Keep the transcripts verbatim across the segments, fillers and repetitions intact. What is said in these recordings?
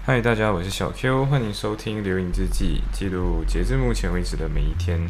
嗨，大家，我是小 Q，欢迎收听《流萤之记》，记录截至目前为止的每一天。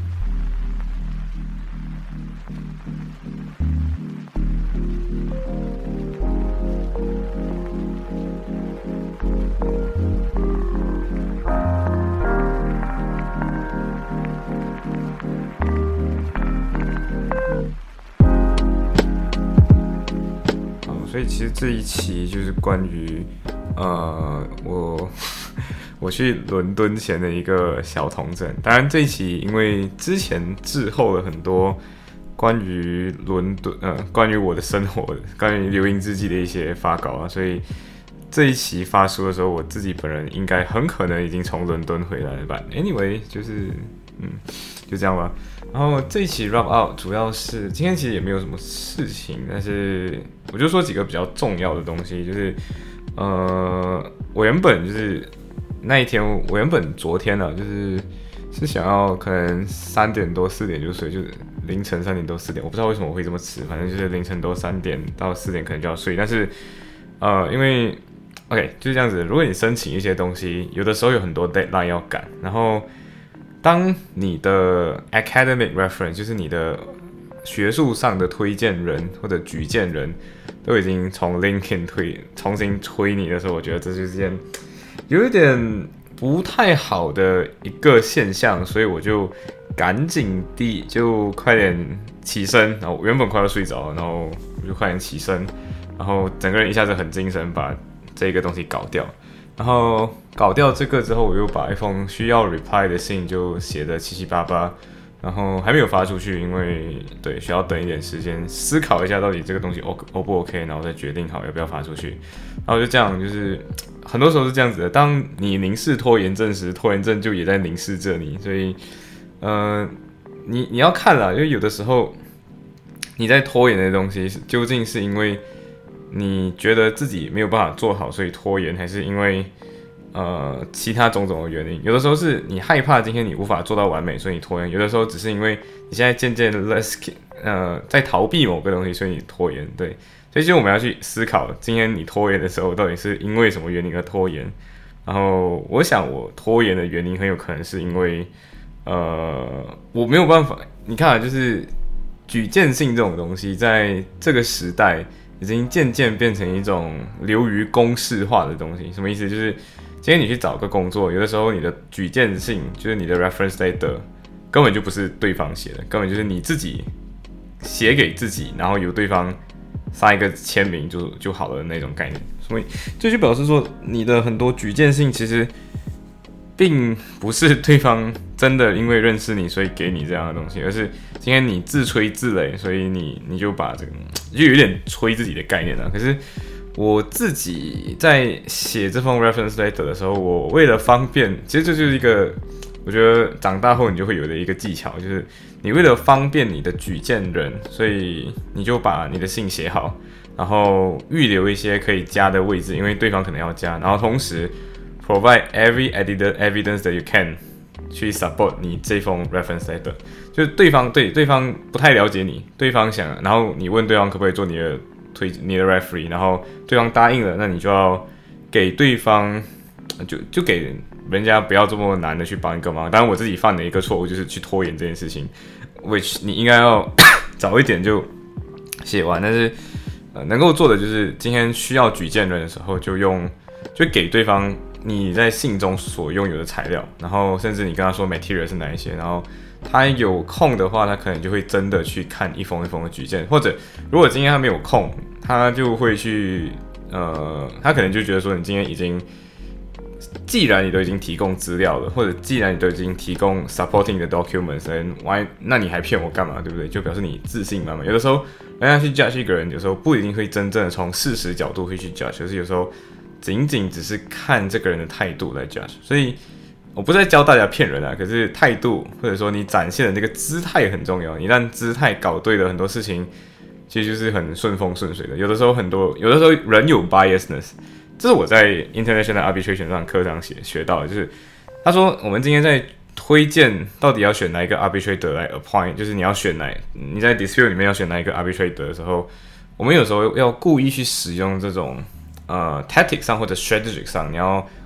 好，所以其实这一期就是关于呃我我去伦敦前的一个小统整。当然，这一期因为之前滞后了很多关于伦敦呃关于我的生活、关于流萤之记的一些发稿啊，所以这一期发出的时候，我自己本人应该很可能已经从伦敦回来了吧。Anyway， 就是嗯就这样吧。然后这一期 wrap up 主要是今天其实也没有什么事情，但是我就说几个比较重要的东西，就是呃我原本就是那一天，我原本昨天呢、啊，就是是想要可能三点多四点就睡，就是凌晨三点多四点，我不知道为什么我会这么迟，反正就是凌晨多三点到四点可能就要睡，但是呃因为 OK 就是这样子，如果你申请一些东西，有的时候有很多 deadline 要赶，然后当你的 academic reference 就是你的学术上的推荐人或者举荐人都已经从 LinkedIn 推重新推你的时候，我觉得这就是件有一点不太好的一个现象，所以我就赶紧地就快点起身，然后我原本快要睡着了，然后我就快点起身，然后整个人一下子很精神，把这个东西搞掉。然后搞掉这个之后，我又把一封需要 reply 的信就写得七七八八，然后还没有发出去，因为对需要等一点时间思考一下到底这个东西 O O 不 OK， 然后再决定好要不要发出去。然后就这样，就是很多时候是这样子的。当你凝视拖延症时，拖延症就也在凝视着你。所以，呃，你你要看啦，因为有的时候你在拖延的东西，究竟是因为你觉得自己没有办法做好，所以拖延，还是因为呃其他种种的原因？有的时候是你害怕今天你无法做到完美，所以你拖延；有的时候只是因为你现在渐渐 less 呃在逃避某个东西，所以你拖延。对，所以其实我们要去思考，今天你拖延的时候，到底是因为什么原因而拖延？然后我想，我拖延的原因很有可能是因为呃我没有办法。你看啊，就是举荐信这种东西，在这个时代已经渐渐变成一种流于公式化的东西。什么意思？就是今天你去找个工作，有的时候你的举荐信，就是你的 reference letter， 根本就不是对方写的，根本就是你自己写给自己，然后由对方撒一个签名就就好了的那种概念。所以这就表示说，你的很多举荐信其实并不是对方真的因为认识你，所以给你这样的东西，而是今天你自吹自擂，所以你你就把这个就有点吹自己的概念了。可是我自己在写这封 reference letter 的时候，我为了方便，其实这就是一个我觉得长大后你就会有的一个技巧，就是你为了方便你的举荐人，所以你就把你的信写好，然后预留一些可以加的位置，因为对方可能要加，然后同时 provide every edited evidence that you can 去 support 你这封 reference letter。就是对方对对方不太了解你，对方想，然后你问对方可不可以做你的推你的 referee， 然后对方答应了，那你就要给对方就就给人家不要这么难的去帮一个忙。当然我自己犯的一个错误就是去拖延这件事情 ，which 你应该要早一点就写完，但是呃能够做的就是今天需要举荐人的时候就用就给对方你在信中所拥有的材料，然后甚至你跟他说 material 是哪一些，然后他有空的话，他可能就会真的去看一封一封的举荐，或者如果今天他没有空，他就会去呃，他可能就觉得说你今天已经，既然你都已经提供资料了，或者既然你都已经提供 supporting 的 documents， why 那你还骗我干嘛？对不对？就表示你自信满满。有的时候人家去 judge 一个人，有时候不一定会真正的从事实角度会去 judge， 就是有时候仅仅只是看这个人的态度来 judge， 所以。我不是在教大家骗人啊，可是态度或者说你展现的那个姿态很重要。一旦姿态搞对了，很多事情其实就是很顺风顺水的。有的时候很多，有的时候人有 biasness， 这是我在 international arbitration 上课上学学到的，就是他说我们今天在推荐到底要选哪一个 arbitrator 来 appoint， 就是你要选哪你在 dispute 里面要选哪一个 arbitrator 的时候，我们有时候要故意去使用这种呃 tactic 上或者 strategic 上，你要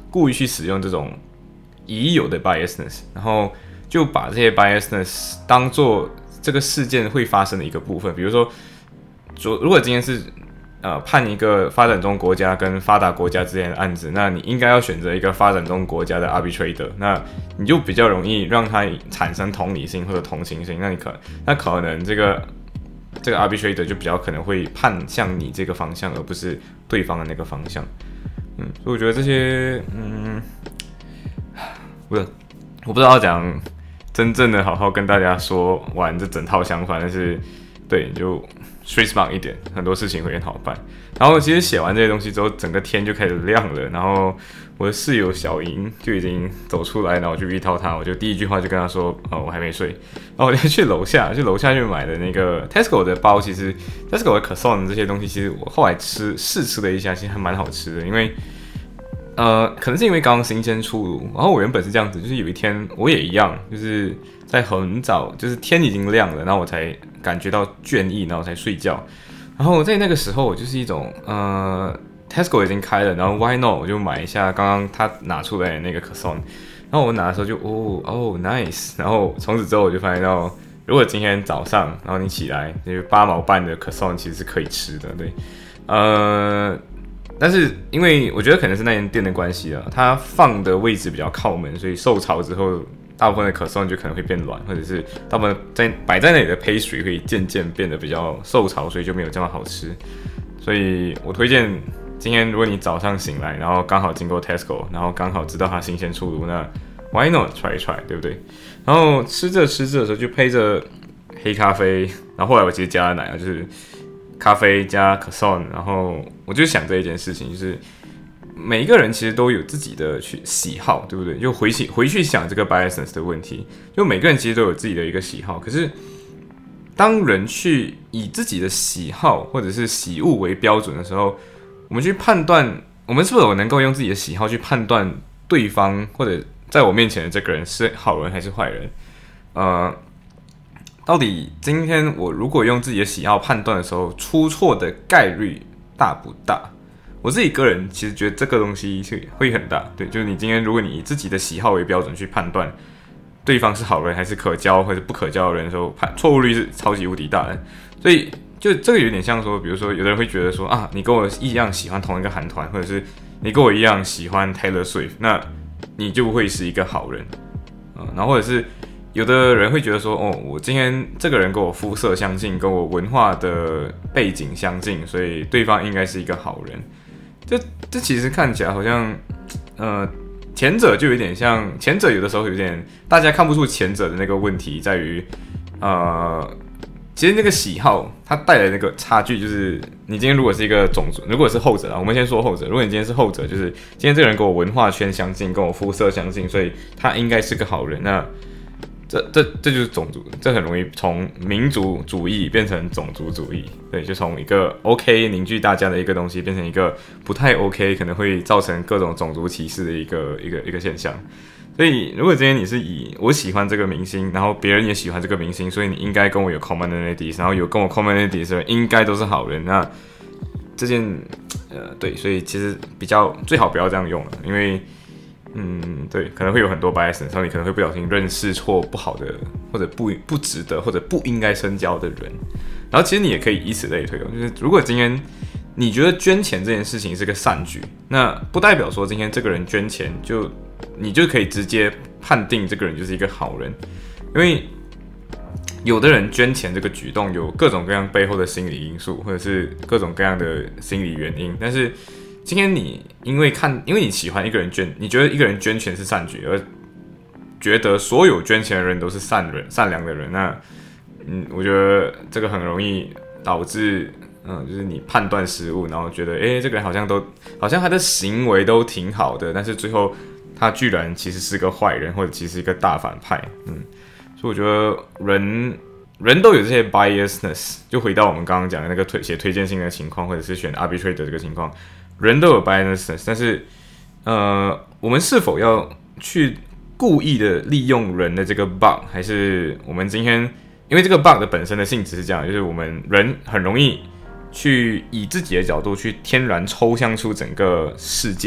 故意去使用这种已有的 biasness， 然后就把这些 biasness 当做这个事件会发生的一个部分。比如说，如果今天是呃判一个发展中国家跟发达国家之间的案子，那你应该要选择一个发展中国家的 arbitrator， 那你就比较容易让他产生同理心或者同情心，那你可那可能这个这个 arbitrator 就比较可能会判向你这个方向，而不是对方的那个方向。嗯，所以我觉得这些，嗯，不是，我不知道讲真正的好好跟大家说完这整套想法，但是对，就 street smart 一点，很多事情会很好办。然后其实写完这些东西之后，整个天就开始亮了。然后我的室友小莹就已经走出来，然后我就遇到她，我就第一句话就跟她说：“哦，我还没睡。”然后我就去楼下，去楼下去买的那个 Tesco 的包。其实 Tesco 的 croissant 这些东西，其实我后来吃试吃了一下，其实还蛮好吃的。因为呃，可能是因为刚刚新鲜出炉。然后我原本是这样子，就是有一天我也一样，就是在很早，就是天已经亮了，然后我才感觉到倦意，然后我才睡觉。然后在那个时候，我就是一种呃 ，Tesco 已经开了，然后 Why not 我就买一下刚刚他拿出来的那个 croissant。然后我拿的时候就哦哦 nice。然后从此之后我就发现到，如果今天早上，然后你起来，就是八毛半的 croissant 其实是可以吃的，对，呃，但是因为我觉得可能是那间店的关系啊，它放的位置比较靠门，所以受潮之后，大部分的可颂就可能会变软，或者是大部分在摆在那里的 pastry 会渐渐变得比较受潮，所以就没有这么好吃。所以我推荐今天如果你早上醒来，然后刚好经过 Tesco， 然后刚好知道它新鲜出炉，那 why not try 一 try， 对不对？然后吃着吃着的时候就配着黑咖啡，然后后来我其实加了奶啊，就是咖啡加可颂，然后我就想这一件事情，就是每一个人其实都有自己的去喜好，对不对？就回去回去想这个 biasness 的问题，就每个人其实都有自己的一个喜好，可是当人去以自己的喜好或者是喜恶为标准的时候，我们去判断，我们是否能够用自己的喜好去判断对方或者在我面前的这个人是好人还是坏人？呃，到底今天我如果用自己的喜好判断的时候，出错的概率大不大？我自己个人其实觉得这个东西是会很大，对，就是你今天如果你以自己的喜好为标准去判断对方是好人还是可交或者不可交的人的时候，错误率是超级无敌大的。所以就这个有点像说，比如说有的人会觉得说啊，你跟我一样喜欢同一个韩团，或者是你跟我一样喜欢 Taylor Swift， 那你就会是一个好人，嗯，然后或者是有的人会觉得说，哦，我今天这个人跟我肤色相近，跟我文化的背景相近，所以对方应该是一个好人。这这其实看起来好像，呃，前者就有点像前者，有的时候有点大家看不出前者的那个问题在于，呃，其实那个喜好它带来的那个差距，就是你今天如果是一个种族，如果是后者啊，我们先说后者，如果你今天是后者，就是今天这个人跟我文化圈相近，跟我肤色相近，所以他应该是个好人，那这这这就是种族，这很容易从民族主义变成种族主义，对，就从一个 OK 凝聚大家的一个东西，变成一个不太 OK， 可能会造成各种种族歧视的一个一个一个现象。所以，如果今天你是以我喜欢这个明星，然后别人也喜欢这个明星，所以你应该跟我有 commonalities， 然后有跟我 commonalities 的人应该都是好人，那这件呃对，所以其实比较最好不要这样用了，因为。嗯，对，可能会有很多 bias， 然后你可能会不小心认识错不好的，或者不不值得，或者不应该深交的人。然后其实你也可以以此类推，就是如果今天你觉得捐钱这件事情是个善举，那不代表说今天这个人捐钱就你就可以直接判定这个人就是一个好人，因为有的人捐钱这个举动有各种各样背后的心理因素，或者是各种各样的心理原因，但是。今天你因为看，因为你喜欢一个人捐，你觉得一个人捐钱是善举，而觉得所有捐钱的人都是善人、善良的人，那嗯，我觉得这个很容易导致，嗯，就是你判断失误，然后觉得，哎、欸，这个人好像都，好像他的行为都挺好的，但是最后他居然其实是个坏人，或者其实是一个大反派，嗯，所以我觉得人。人都有这些 biasness， 就回到我们刚刚讲的那个推写推荐信的情况，或者是选 arbitrator 这个情况，人都有 biasness， 但是，呃，我们是否要去故意的利用人的这个 bug， 还是我们今天因为这个 bug 的本身的性质是这样，就是我们人很容易去以自己的角度去天然抽象出整个世界，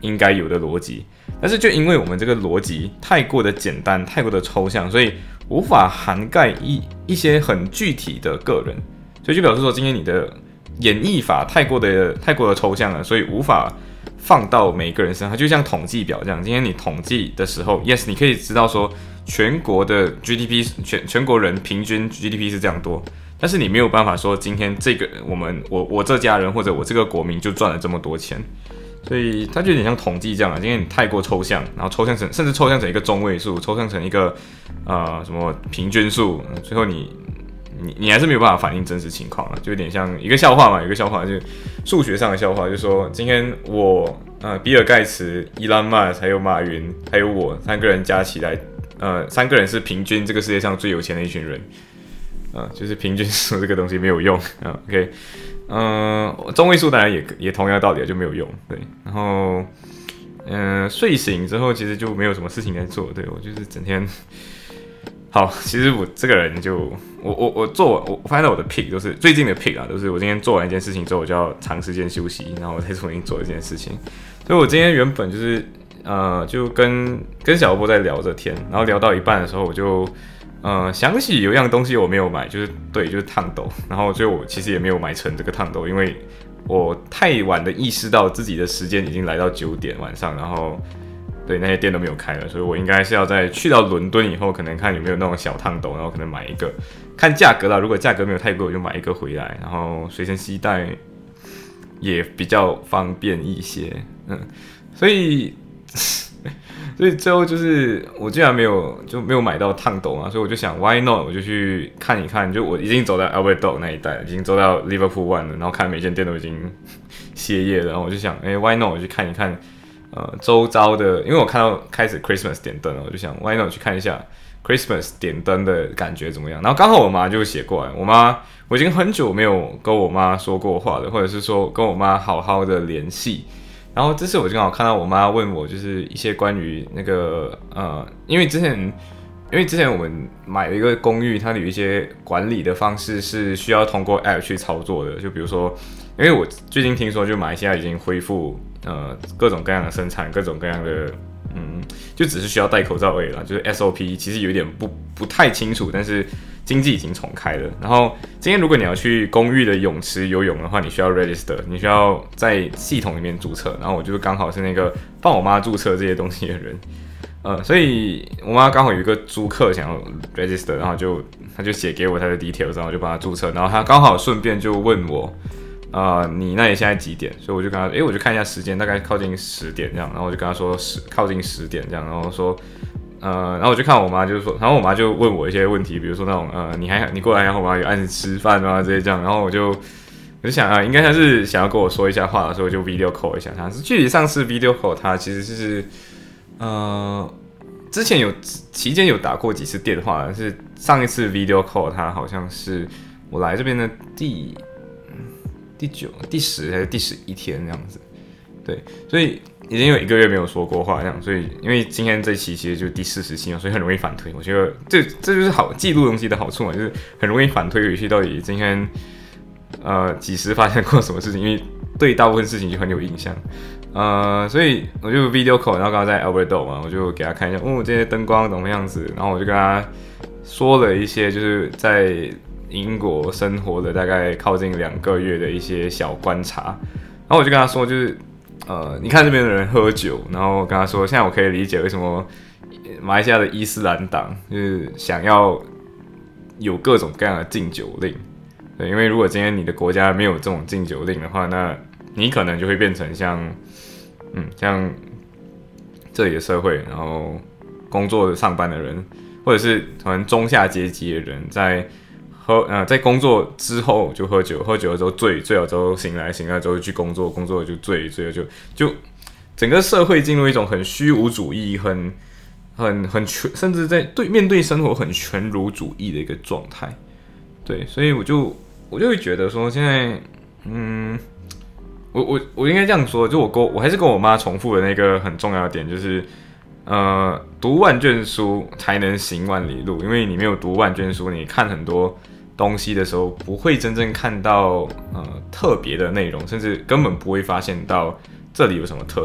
应该有的逻辑，但是就因为我们这个逻辑太过的简单、太过的抽象，所以无法涵盖一一些很具体的个人，所以就表示说，今天你的演绎法太过的太过的抽象了，所以无法放到每个人身上。就像统计表这样，今天你统计的时候 ，yes， 你可以知道说全国的 G D P 全全国人平均 G D P 是这样多。但是你没有办法说今天这个我们我我这家人或者我这个国民就赚了这么多钱，所以它就有点像统计这样啊。今天你太过抽象，然后抽象成甚至抽象成一个中位数，抽象成一个呃什么平均数，最后你你你还是没有办法反映真实情况啊，就有点像一个笑话嘛，有一个笑话就是数学上的笑话，就是说今天我呃比尔盖茨、伊朗马斯还有马云还有我三个人加起来，呃三个人是平均这个世界上最有钱的一群人。呃，就是平均数这个东西没有用啊。OK， 嗯、呃，中位数当然也也同样的道理就没有用。对，然后，嗯、呃，睡醒之后其实就没有什么事情在做。对我就是整天，好，其实我这个人就我我我做我我发现到我的 pick 都是最近的 pick 啊，都是我今天做完一件事情之后，我就要长时间休息，然后我再重新做一件事情。所以我今天原本就是呃，就跟跟小波在聊着天，然后聊到一半的时候，我就。呃，想起有一样东西我没有买，就是对，就是烫斗。然后所以我其实也没有买成这个烫斗，因为我太晚的意识到自己的时间已经来到九点晚上，然后对那些店都没有开了，所以我应该是要在去到伦敦以后，可能看有没有那种小烫斗，然后可能买一个，看价格啦。如果价格没有太贵，我就买一个回来，然后随身携带也比较方便一些。嗯，所以。所以最后就是我居然没有就没有买到烫斗嘛，所以我就想 why not， 我就去看一看，就我已经走到 Albert Dock 那一带，已经走到 Liverpool One 了，然后看每间店都已经歇业了，然后我就想，哎、欸、，why not， 我去看一看，呃，周遭的，因为我看到开始 Christmas 点灯了，我就想 why not 去看一下 Christmas 点灯的感觉怎么样。然后刚好我妈就写过来，我妈我已经很久没有跟我妈说过话了，或者是说跟我妈好好的联系。然后这次我就刚好看到我妈问我，就是一些关于那个呃，因为之前因为之前我们买了一个公寓，它有一些管理的方式是需要通过 App 去操作的，就比如说，因为我最近听说就马来西亚已经恢复呃各种各样的生产，各种各样的嗯，就只是需要戴口罩而已啦，就是 S O P 其实有点不不太清楚，但是。经济已经重开了，然后今天如果你要去公寓的泳池游泳的话，你需要 register， 你需要在系统里面注册，然后我就是刚好是那个帮我妈注册这些东西的人，呃，所以我妈刚好有一个租客想要 register， 然后就她就写给我她的 details， 然后我就帮她注册，然后她刚好顺便就问我，呃，你那里现在几点？所以我就跟她，诶，我就看一下时间，大概靠近十点这样，然后我就跟她说十靠近十点这样，然后说。呃，然后我就看我妈，就是说，然后我妈就问我一些问题，比如说那种，呃，你还你过来，然后我妈有按时吃饭吗？这些这样，然后我就我就想啊，应该她是想要跟我说一下话，所以我就 video call 一下她。具体上次 video call 她其实是，呃，之前有期间有打过几次电话，但是上一次 video call 她好像是我来这边的第第九、第十还是第十一天这样子，对，所以。已经有一个月没有说过话，这样，所以因为今天这期其实就是第四十期嘛，所以很容易反推。我觉得这这就是好记录东西的好处嘛，就是很容易反推回去到底今天呃几时发生过什么事情，因为对大部分事情就很有印象。呃，所以我就 video call， 然后刚刚在 Albert Dock 嘛，我就给他看一下，哦，这些灯光怎么样子，然后我就跟他说了一些就是在英国生活的大概靠近两个月的一些小观察，然后我就跟他说就是。呃，你看这边的人喝酒，然后跟他说，现在我可以理解为什么马来西亚的伊斯兰党就是想要有各种各样的禁酒令，对，因为如果今天你的国家没有这种禁酒令的话，那你可能就会变成像，嗯，像这里的社会，然后工作上班的人，或者是可能中下阶级的人在。喝呃，在工作之后就喝酒，喝酒了之后醉，醉了之后醒来，醒来之后去工作，工作了就醉，醉了就就整个社会进入一种很虚无主义、很很很全，甚至在对面对生活很全儒主义的一个状态。对，所以我就我就会觉得说，现在嗯，我我我应该这样说，就我跟我还是跟我妈重复的那个很重要的点，就是呃，读万卷书才能行万里路，因为你没有读万卷书，你看很多。东西的时候，不会真正看到呃特别的内容，甚至根本不会发现到这里有什么特别。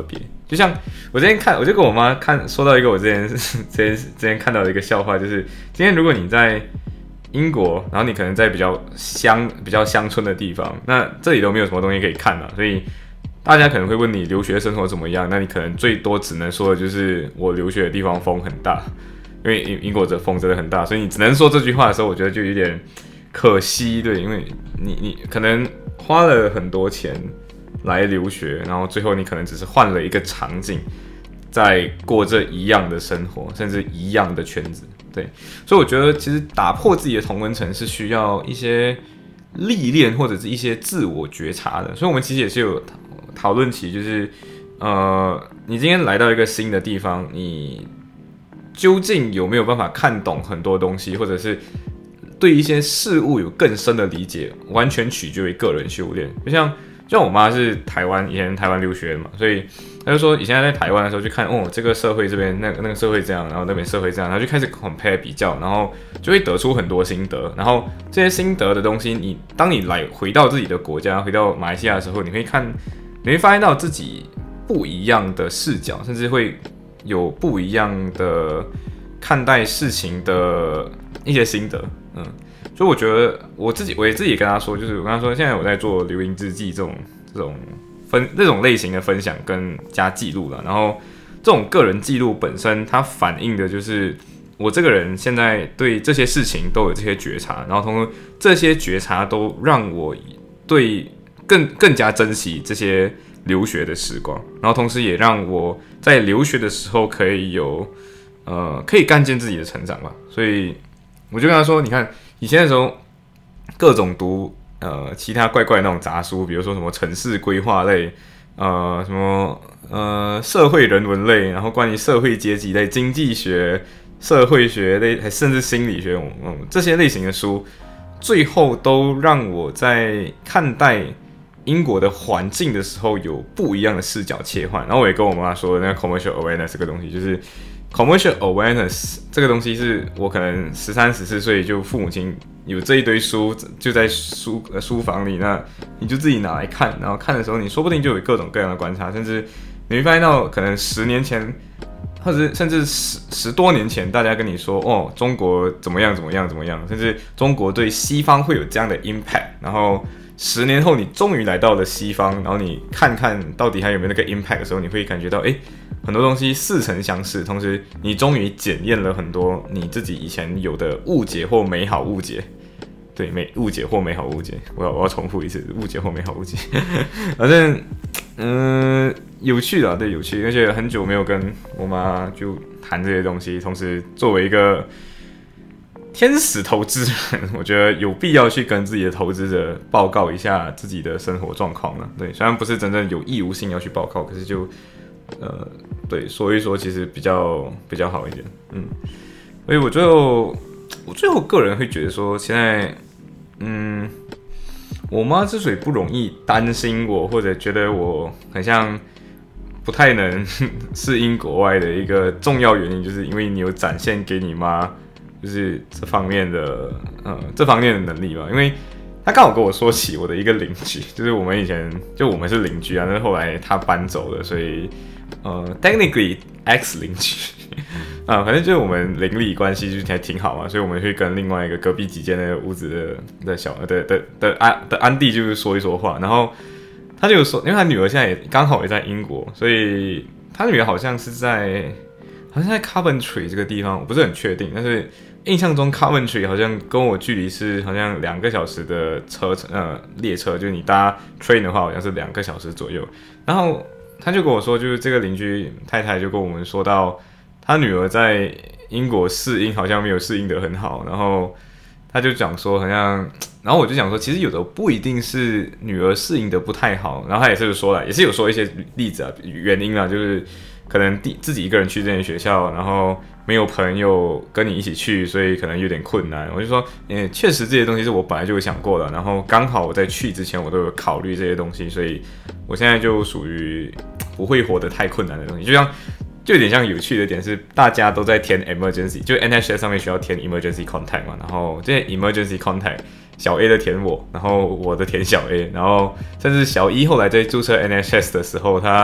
就像我之前看，我就跟我妈看说到一个我之前之前之前看到的一个笑话，就是今天如果你在英国，然后你可能在比较乡比较乡村的地方，那这里都没有什么东西可以看嘛，所以大家可能会问你留学生活怎么样，那你可能最多只能说的就是我留学的地方风很大，因为英国的风真的很大，所以你只能说这句话的时候，我觉得就有点可惜，对，因为你你可能花了很多钱来留学，然后最后你可能只是换了一个场景，在过这一样的生活，甚至一样的圈子，对，所以我觉得其实打破自己的同温层是需要一些历练或者是一些自我觉察的，所以我们其实也是有讨论起，就是呃，你今天来到一个新的地方，你究竟有没有办法看懂很多东西，或者是对一些事物有更深的理解，完全取决于个人修炼。就像就像我妈是台湾以前台湾留学的嘛，所以她就说以前在台湾的时候去看，哦，这个社会这边那个那个社会这样，然后那边社会这样，然后就开始 compare 比较，然后就会得出很多心得。然后这些心得的东西，你当你来回到自己的国家，回到马来西亚的时候，你会看，你会发现到自己不一样的视角，甚至会有不一样的看待事情的一些心得。嗯，所以我觉得我自己，我也自己跟他说，就是我跟他说，现在我在做流萤日记这种这种分这种类型的分享跟加记录了。然后这种个人记录本身，它反映的就是我这个人现在对这些事情都有这些觉察，然后通过这些觉察都让我对更更加珍惜这些留学的时光，然后同时也让我在留学的时候可以有呃可以看见自己的成长吧。所以我就跟他说，你看以前的时候，各种读呃其他怪怪的那种杂书，比如说什么城市规划类，呃什么呃社会人文类，然后关于社会阶级类、经济学、社会学类，还甚至心理学，嗯这些类型的书，最后都让我在看待英国的环境的时候有不一样的视角切换。然后我也跟我妈说，那个 commercial awareness 这个东西，就是 commercial awareness 这个东西是我可能十三、十四岁就父母亲有这一堆书就在书书房里，那你就自己拿来看，然后看的时候，你说不定就有各种各样的观察，甚至你会发现到可能十年前，或者甚至十十多年前，大家跟你说哦，中国怎么样怎么样怎么样，甚至中国对西方会有这样的 impact， 然后十年后你终于来到了西方，然后你看看到底还有没有那个 impact 的时候，你会感觉到，哎，很多东西似曾相识，同时你终于检验了很多你自己以前有的误解或美好误解。对，美误解或美好误解，我要我要重复一次，误解或美好误解。反正，嗯、呃，有趣的，对，有趣，而且很久没有跟我妈就谈这些东西，同时作为一个天使投资人，我觉得有必要去跟自己的投资者报告一下自己的生活状况了。对，虽然不是真正有义务性要去报告，可是就呃，对，说一说其实比较比较好一点，嗯，所以我最后我最后个人会觉得说，现在。嗯，我妈之所以不容易担心我，或者觉得我很像不太能适应国外的一个重要原因，就是因为你有展现给你妈，就是这方面的呃这方面的能力吧。因为她刚好跟我说起我的一个邻居，就是我们以前就我们是邻居啊，但是后来她搬走了，所以呃 technically ex 邻居。啊，反正就是我们邻里关系就还挺好嘛，所以我们会跟另外一个隔壁几间的屋子的的小的的的安的安迪就是说一说话，然后他就说，因为他女儿现在也刚好也在英国，所以他女儿好像是在好像在 Coventry 这个地方，我不是很确定，但是印象中 Coventry 好像跟我距离是好像两个小时的车程，呃，列车，就是你搭 train 的话好像是两个小时左右，然后他就跟我说，就是这个邻居太太就跟我们说到。他女儿在英国适应好像没有适应得很好，然后他就讲说好像，然后我就讲说，其实有的不一定是女儿适应得不太好，然后他也是说了，也是有说一些例子啊，原因啊，就是可能自己一个人去这间学校，然后没有朋友跟你一起去，所以可能有点困难。我就说，嗯，确实这些东西是我本来就有想过的，然后刚好我在去之前我都有考虑这些东西，所以我现在就属于不会活得太困难的东西，就像。就有点像有趣的点是，大家都在填 emergency， 就 N H S 上面需要填 emergency contact 嘛，然后这些 emergency contact 小 A 的填我，然后我的填小 A， 然后甚至小一后来在注册 N H S 的时候，他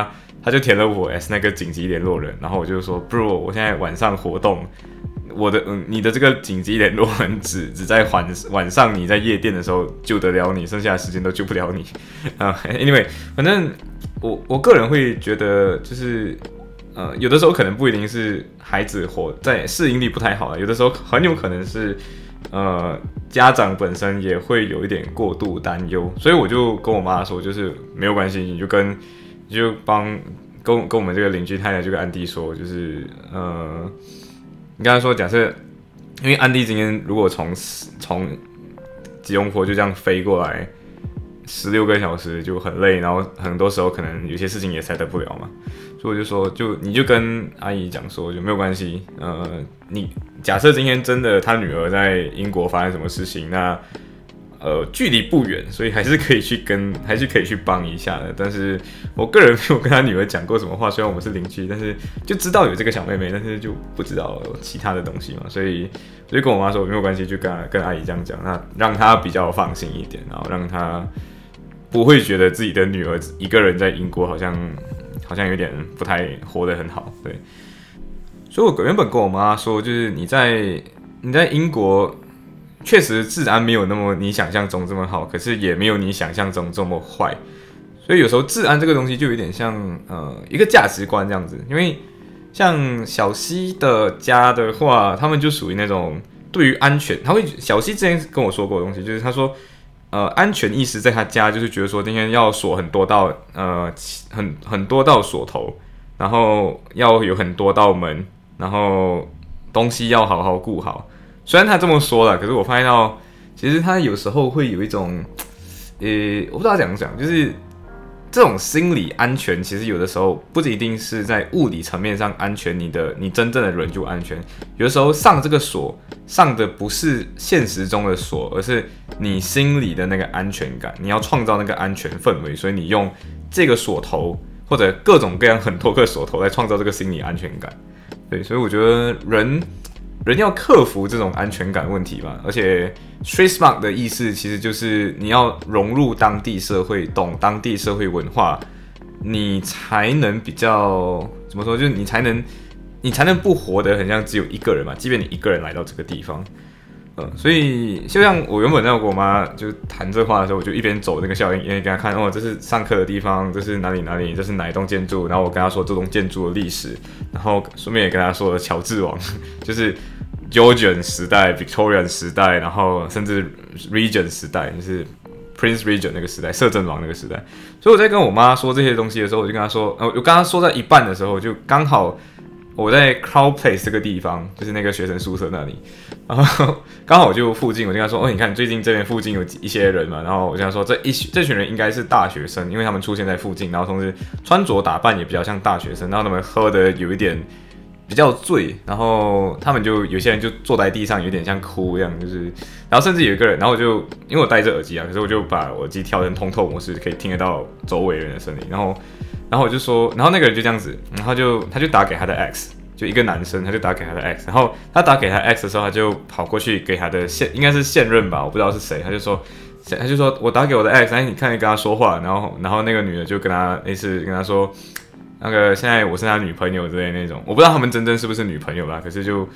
他就填了我 as 那个紧急联络人，然后我就说 bro， 我现在晚上活动，我的嗯你的这个紧急联络人只只在晚晚上你在夜店的时候救得了你，剩下的时间都救不了你啊。Uh, anyway， 反正我我个人会觉得就是呃有的时候可能不一定是孩子活在适应力不太好，有的时候很有可能是。呃，家长本身也会有一点过度担忧，所以我就跟我妈说，就是没有关系，你就跟你就帮跟跟我们这个邻居太太这个安迪说，就是呃，你刚才说假设，因为安迪今天如果从从吉隆坡就这样飞过来十六个小时就很累，然后很多时候可能有些事情也猜得不了嘛，所以我就说，就你就跟阿姨讲说，就没有关系，呃，你。假设今天真的他女儿在英国发生什么事情，那呃距离不远，所以还是可以去跟，还是可以去帮一下的。但是我个人没有跟他女儿讲过什么话，虽然我们是邻居，但是就知道有这个小妹妹，但是就不知道有其他的东西嘛，所以我就跟我妈说没有关系，就跟跟阿姨这样讲，那让她比较放心一点，然后让她不会觉得自己的女儿一个人在英国好像好像有点不太活得很好，对。所以我原本跟我妈说，就是你在你在英国，确实治安没有那么你想象中这么好，可是也没有你想象中这么坏。所以有时候治安这个东西就有点像呃一个价值观这样子。因为像小西的家的话，他们就属于那种对于安全，他会小西之前跟我说过的东西，就是他说呃安全意识在他家就是觉得说今天要锁很多道呃很很多道锁头，然后要有很多道门。然后东西要好好顾好，虽然他这么说了，可是我发现到，其实他有时候会有一种，呃，我不知道怎样讲，就是这种心理安全，其实有的时候不一定是在物理层面上安全，你的你真正的人就安全。有的时候上这个锁，上的不是现实中的锁，而是你心里的那个安全感，你要创造那个安全氛围，所以你用这个锁头或者各种各样很多个锁头来创造这个心理安全感。对，所以我觉得人人要克服这种安全感问题吧，而且 street smart 的意思其实就是你要融入当地社会，懂当地社会文化，你才能比较怎么说，就是你才能你才能不活得很像只有一个人嘛，即便你一个人来到这个地方。嗯，所以就像我原本在跟我妈就谈这话的时候，我就一边走那个校园，一边给她看，哦，这是上课的地方，这是哪里哪里，这是哪一栋建筑，然后我跟她说这栋建筑的历史，然后顺便也跟她说了乔治王，就是 Georgian 时代、Victorian 时代，然后甚至 Regent 时代，就是 Prince Regent 那个时代，摄政王那个时代。所以我在跟我妈说这些东西的时候，我就跟她说，我刚刚说到一半的时候，就刚好。我在 Crowd Place 这个地方，就是那个学生宿舍那里，然后刚好我就附近，我就跟他说，哦，你看最近这边附近有一些人嘛，然后我就跟他说，这一这群人应该是大学生，因为他们出现在附近，然后同时穿着打扮也比较像大学生，然后他们喝的有一点比较醉，然后他们就有些人就坐在地上，有点像哭一样，就是，然后甚至有一个人，然后我就因为我戴着耳机啊，可是我就把耳机调成通透模式，可以听得到周围人的声音，然后。然后我就说，然后那个人就这样子，然后就他就打给他的 X， 就一个男生，他就打给他的 X， 然后他打给他 X 的时候，他就跑过去给他的现应该是现任吧，我不知道是谁，他就说，他就说我打给我的 X， 哎，你看你跟他说话，然后然后那个女的就跟他类似跟他说，那个现在我是他女朋友之类的那种，我不知道他们真正是不是女朋友啦，可是就。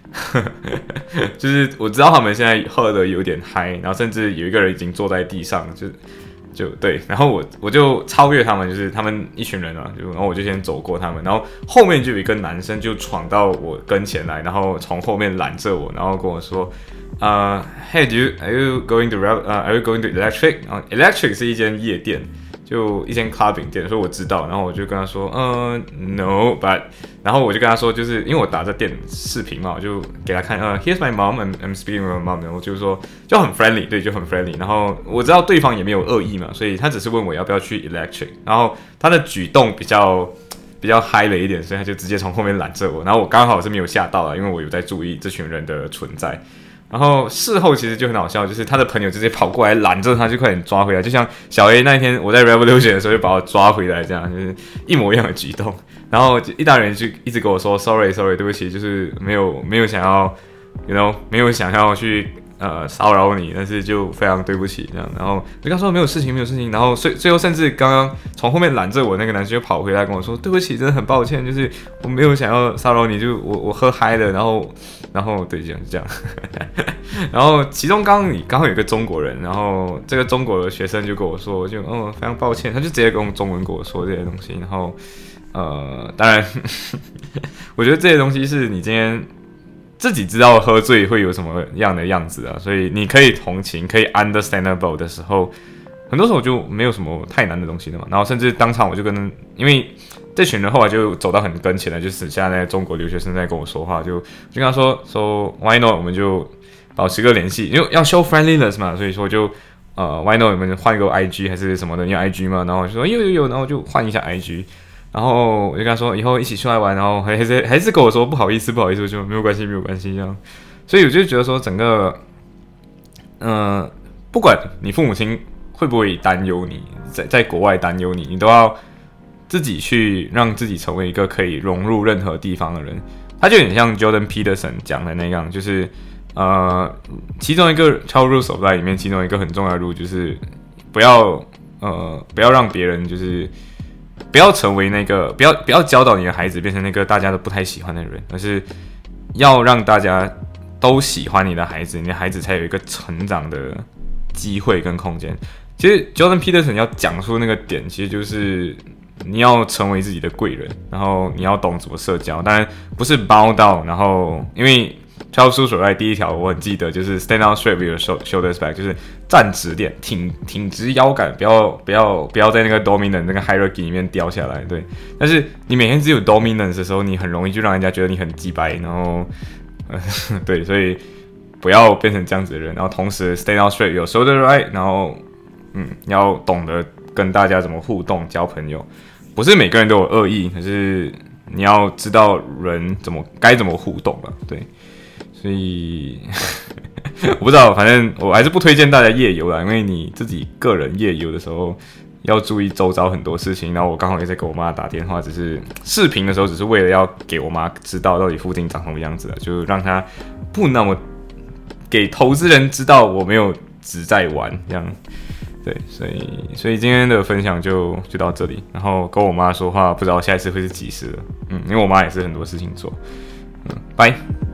就是我知道他们现在喝的有点嗨，然后甚至有一个人已经坐在地上，就就对，然后我我就超越他们，就是他们一群人啊，就然后我就先走过他们，然后后面就有一个男生就闯到我跟前来，然后从后面揽着我，然后跟我說，呃、uh, ，Hey, do you, are you going to, uh, are you going to Electric? 然後 Electric 是一間夜店。就一间 clubbing 店，所以我知道，然后我就跟他说，嗯、呃、，no， but， 然后我就跟他说，就是因为我打着电视频嘛，我就给他看，呃 ，here's my mom，I'm I'm speaking with my mom， 然后就是说就很 friendly， 对，就很 friendly， 然后我知道对方也没有恶意嘛，所以他只是问我要不要去 electric， 然后他的举动比较比较嗨了一点，所以他就直接从后面揽着我，然后我刚好是没有吓到啦，因为我有在注意这群人的存在。然后事后其实就很好笑，就是他的朋友直接跑过来拦着他，就快点抓回来，就像小 A 那一天我在 Revolution 的时候就把我抓回来，这样就是一模一样的举动。然后一大人就一直跟我说 sorry sorry 对不起，就是没有没有想要 you know 没有想要去呃骚扰你，但是就非常对不起这样。然后我就跟他说没有事情，没有事情。然后最最后甚至刚刚从后面拦着我那个男生就跑回来跟我说对不起，真的很抱歉，就是我没有想要骚扰你，就我我喝嗨了，然后然后对这样这样。然后其中刚刚你刚好有一个中国人，然后这个中国的学生就跟我说，就哦非常抱歉，他就直接用中文跟我说这些东西。然后呃当然我觉得这些东西是你今天自己知道喝醉会有什么样的样子啊，所以你可以同情，可以 understandable 的时候，很多时候就没有什么太难的东西的嘛。然后甚至当场我就跟，因为这群人后来就走到很跟前了，就私下那中国留学生在跟我说话，就就跟他说说 why not 我们就保持个联系，因为要 show friendliness 嘛，所以说就呃 why not 我们换一个 I G 还是什么的，你有 I G 吗？然后我就说有有有，然后就换一下 I G。然后我就跟他说以后一起出来玩，然后还是还是跟我说不好意思不好意思，我就没有关系没有关系这样。所以我就觉得说整个，嗯、呃，不管你父母亲会不会担忧你，在在国外担忧你，你都要自己去让自己成为一个可以融入任何地方的人。他就有点像 Jordan Peterson 讲的那样，就是呃，其中一个 twelve rules of life 里面，其中一个很重要的 rule 就是不要呃不要让别人就是。不要成为那个，不要不要教导你的孩子变成那个大家都不太喜欢的人，而是要让大家都喜欢你的孩子，你的孩子才有一个成长的机会跟空间。其实 Jordan Peterson 要讲出那个点，其实就是你要成为自己的贵人，然后你要懂怎么社交，当然不是包到，然后因为twelve rules of life第一条我很记得，就是 stand out straight with your shoulders back， 就是站直点，挺挺直腰杆，不要不要不要在那个 dominant 那个 hierarchy 里面掉下来。对，但是你每天只有 dominance 的时候，你很容易就让人家觉得你很鸡掰，然后呃对，所以不要变成这样子的人。然后同时 stand out straight with your shoulders right， 然后嗯，要懂得跟大家怎么互动，交朋友。不是每个人都有恶意，可是你要知道人怎么该怎么互动吧，对。所以我不知道，反正我还是不推荐大家夜游啦，因为你自己个人夜游的时候要注意周遭很多事情。然后我刚好也在给我妈打电话，只是视频的时候只是为了要给我妈知道到底附近长什么样子，就让她不那么给投资人知道我没有只在玩这样。对，所以所以今天的分享就就到这里。然后跟我妈说话，不知道下一次会是几时了。嗯，因为我妈也是很多事情做。嗯，拜。